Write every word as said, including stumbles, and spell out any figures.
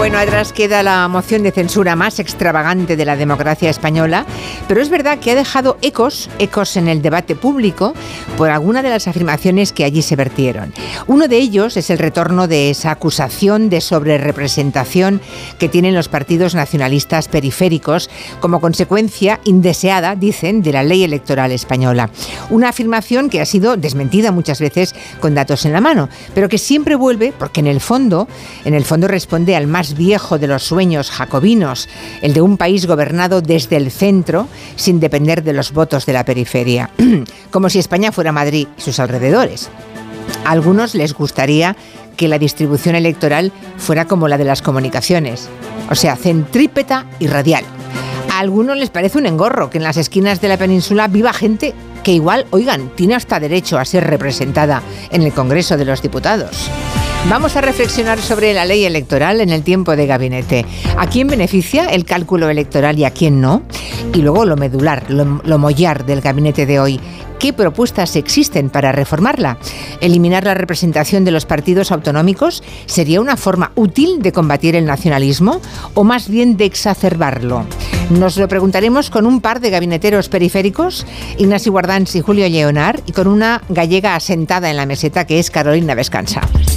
Bueno, atrás queda la moción de censura más extravagante de la democracia española, pero es verdad que ha dejado ecos, ecos en el debate público por alguna de las afirmaciones que allí se vertieron. Uno de ellos es el retorno de esa acusación de sobrerepresentación que tienen los partidos nacionalistas periféricos como consecuencia indeseada, dicen, de la ley electoral española. Una afirmación que ha sido desmentida muchas veces con datos en la mano, pero que siempre vuelve porque en el fondo, en el fondo responde al más viejo de los sueños jacobinos, el de un país gobernado desde el centro sin depender de los votos de la periferia, como si España fuera Madrid y sus alrededores. A algunos les gustaría que la distribución electoral fuera como la de las comunicaciones, o sea, centrípeta y radial. A algunos les parece un engorro que en las esquinas de la península viva gente que igual, oigan, tiene hasta derecho a ser representada en el Congreso de los Diputados. Vamos a reflexionar sobre la ley electoral en el tiempo de gabinete. ¿A quién beneficia el cálculo electoral y a quién no? Y luego lo medular, lo, lo mollar del gabinete de hoy. ¿Qué propuestas existen para reformarla? ¿Eliminar la representación de los partidos autonómicos sería una forma útil de combatir el nacionalismo o más bien de exacerbarlo? Nos lo preguntaremos con un par de gabineteros periféricos, Ignasi Guardans y Julio Lleonart, y con una gallega asentada en la meseta que es Carolina Vescansa.